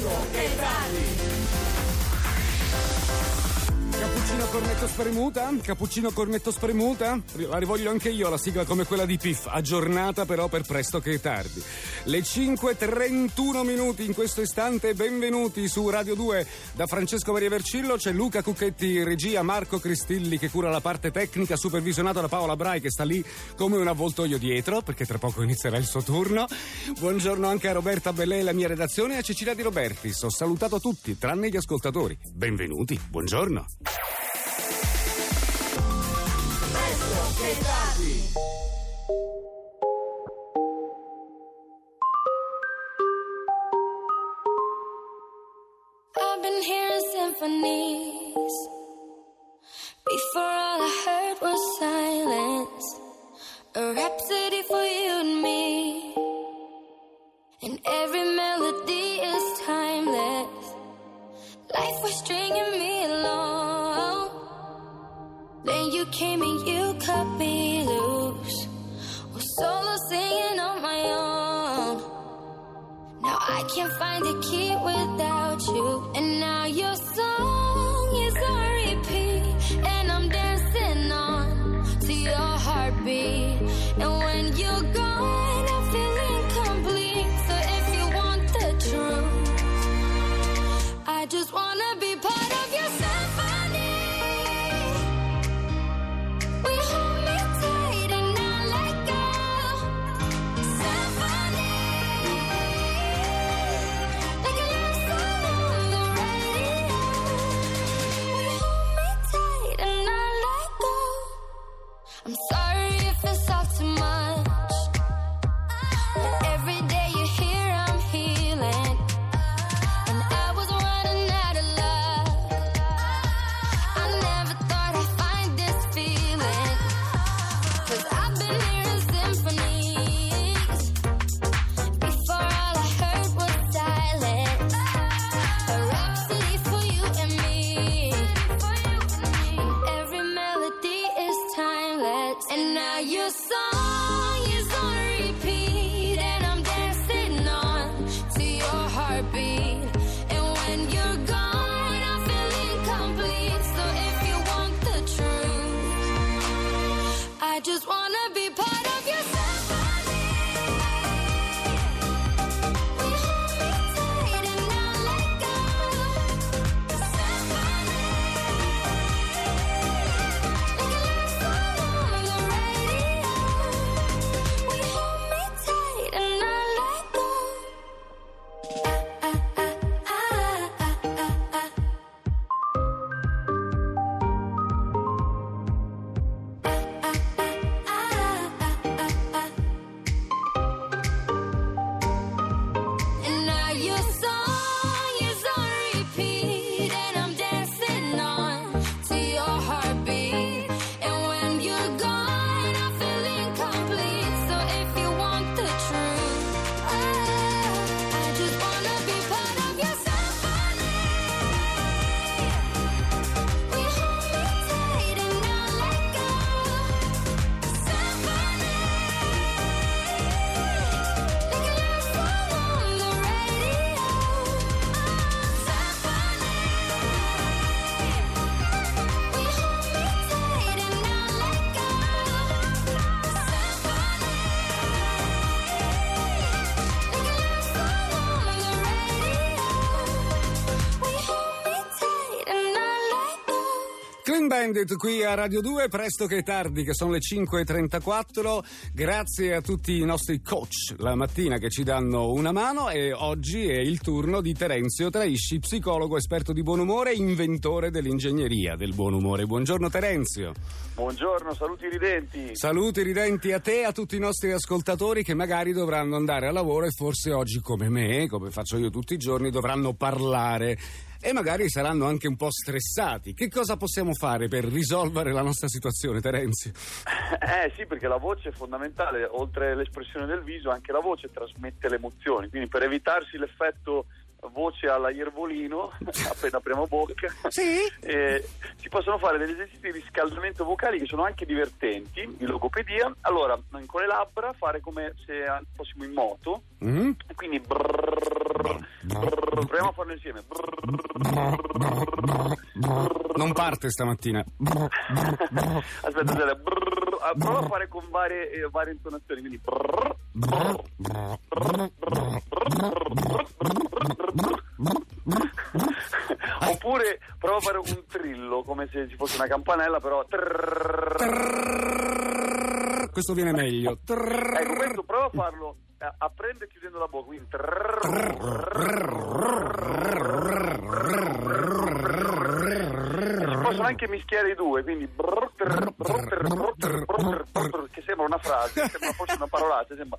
Presto che tardi. Cappuccino cornetto spremuta? Cappuccino cornetto spremuta? La rivoglio anche io la sigla come quella di Piff, aggiornata però per presto che tardi. Le 5:31 minuti in questo istante, benvenuti su Radio 2 da Francesco Maria Vercillo, c'è Luca Cucchetti in regia, Marco Cristilli che cura la parte tecnica, supervisionato da Paola Brai che sta lì come un avvoltoio dietro, perché tra poco inizierà il suo turno. Buongiorno anche a Roberta Bellè, la mia redazione, e a Cecilia Di Robertis. Ho salutato tutti, tranne gli ascoltatori. Benvenuti, buongiorno. I've been hearing symphonies. Before all I heard was silence. A rhapsody for you and me. And every melody is timeless. Life was stringing me along. Then you came and you cut me loose. Was solo singing on my own. Now I can't find a key without you. And now your song is on repeat. And I'm dancing on to your heartbeat. And when you're gone, I feel incomplete. So if you want the truth, I just wanna be part of your symphony. We hold me tight and not let go. Symphony, like a love song on the radio. We hold me tight and not let go. I'm sorry if it's all too much, but every day you're here I'm healing. And I was running out of luck. I never thought I'd find this feeling. 'Cause I've been hearing symphonies. Before all I heard was silence. A rhapsody for you and me. And every melody is timeless. And now your song is on repeat. And I'm dancing on to your heartbeat. And when you're gone, I feel incomplete. So if you want the truth, I just wanna be part of your symphony. We hold me tight and not let go. Symphony, like a love song on the radio. We hold me tight and not let go. And now your song is on repeat. And I'm dancing on to your heartbeat. And when you're gone, I feel incomplete. So if you want the truth, I just wanna be part of your symphony. We hold me tight and not let go. Symphony, like a love song on the radio. Symphony, we hold me tight and not let go. Symphony, like a love song on the radio. We hold me tight and not let go. Clean Bandit qui a Radio 2, presto che tardi, che sono le 5:34. Grazie a tutti i nostri coach la mattina che ci danno una mano, e oggi è il turno di Terenzio Traisci, psicologo esperto di buon umore e inventore dell'ingegneria del buon umore. Buongiorno Terenzio. Buongiorno, saluti ridenti. Saluti ridenti a te e a tutti i nostri ascoltatori che magari dovranno andare a lavoro e forse oggi, come me, come faccio io tutti i giorni, dovranno parlare e magari saranno anche un po' stressati. Che cosa possiamo fare per risolvere la nostra situazione, Terenzio? Sì, perché la voce è fondamentale, oltre all'espressione del viso anche la voce trasmette le emozioni, quindi per evitarsi l'effetto voce alla Iervolino, appena apriamo bocca. Sì? Si possono fare degli esercizi di riscaldamento vocali che sono anche divertenti, di logopedia. Allora, con le labbra fare come se fossimo in moto, quindi proviamo a farlo insieme. Non parte stamattina. Aspetta, prova a fare con varie intonazioni, quindi oppure prova a fare un trillo come se ci fosse una campanella, però questo viene meglio. ecco, questo prova a farlo aprendo e chiudendo la bocca, quindi possono anche mischiare i due, quindi che sembra una frase, sembra forse una parolaccia, sembra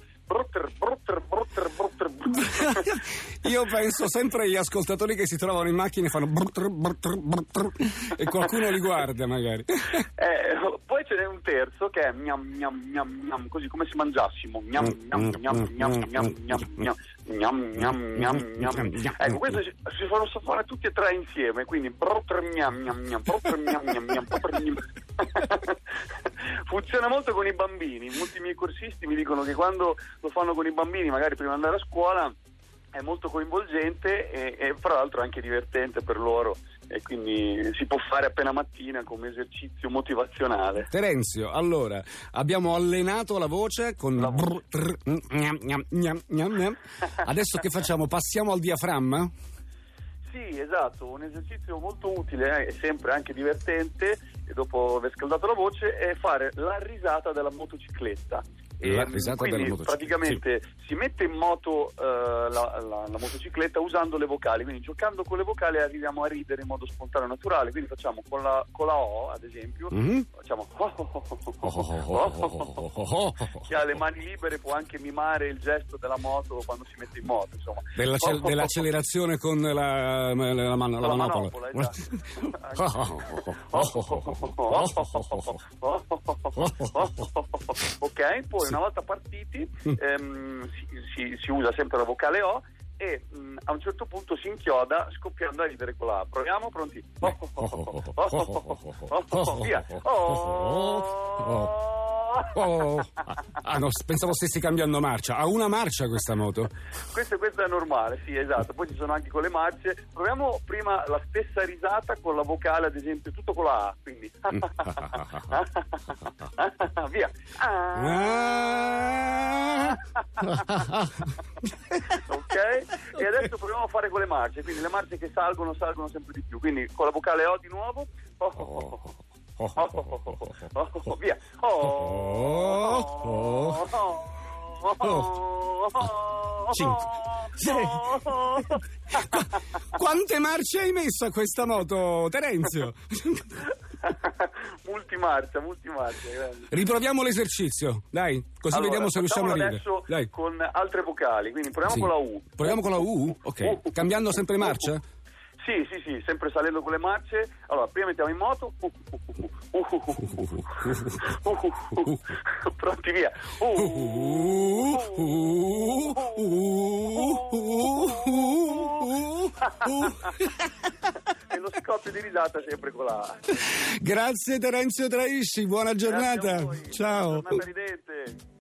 Io penso sempre agli ascoltatori che si trovano in macchina e fanno e qualcuno li guarda magari. Poi ce n'è un terzo che è gnam gnam gnam gnam, così come se mangiassimo gnam gnam gnam gnam gnam gnam gnam gnam gnam gnam. Ecco, questo si possono fare tutti e tre insieme, quindi gnam gnam gnam, gnam gnam gnam. Funziona molto con i bambini. Molti miei corsisti mi dicono che quando lo fanno con i bambini, magari prima di andare a scuola, è molto coinvolgente e fra l'altro anche divertente per loro, e quindi si può fare appena mattina come esercizio motivazionale. Terenzio, allora abbiamo allenato la voce con adesso che facciamo? Passiamo al diaframma? Sì, esatto, un esercizio molto utile e sempre anche divertente, e dopo aver scaldato la voce, è fare la risata della motocicletta. La risata quindi della motocicletta. praticamente si mette in moto la motocicletta usando le vocali, quindi giocando con le vocali arriviamo a ridere in modo spontaneo e naturale, quindi facciamo con la O ad esempio, facciamo chi ha le mani libere può anche mimare il gesto della moto quando si mette in moto, insomma. Dell'accelerazione con la manopola. Esatto. Ok, poi una volta partiti si usa sempre la vocale O e a un certo punto si inchioda scoppiando a ridere con la A. Proviamo, pronti? Via. No, pensavo stessi cambiando marcia. Ha una marcia questa moto? Questa è normale, sì, esatto. Poi ci sono anche con le marce. Proviamo prima la stessa risata con la vocale, ad esempio, tutto con la A, quindi via. Ok, e adesso proviamo a fare con le marce, quindi le marce che salgono sempre di più, quindi con la vocale O di nuovo. Via. Cinque. Quante marce hai messo a questa moto, Terenzio? Multimarcia. Riproviamo l'esercizio, dai, così allora, vediamo se riusciamo a ridere. Adesso dai. Con altre vocali, quindi proviamo con la U. Proviamo con la U? Ok. Cambiando sempre marcia? Sì, sempre salendo con le marce. Allora, prima mettiamo in moto. Pronti, via. E lo scoppio di risata sempre con la A. Grazie Terenzio Traisci, buona giornata. Ciao. Buona giornata, ridente.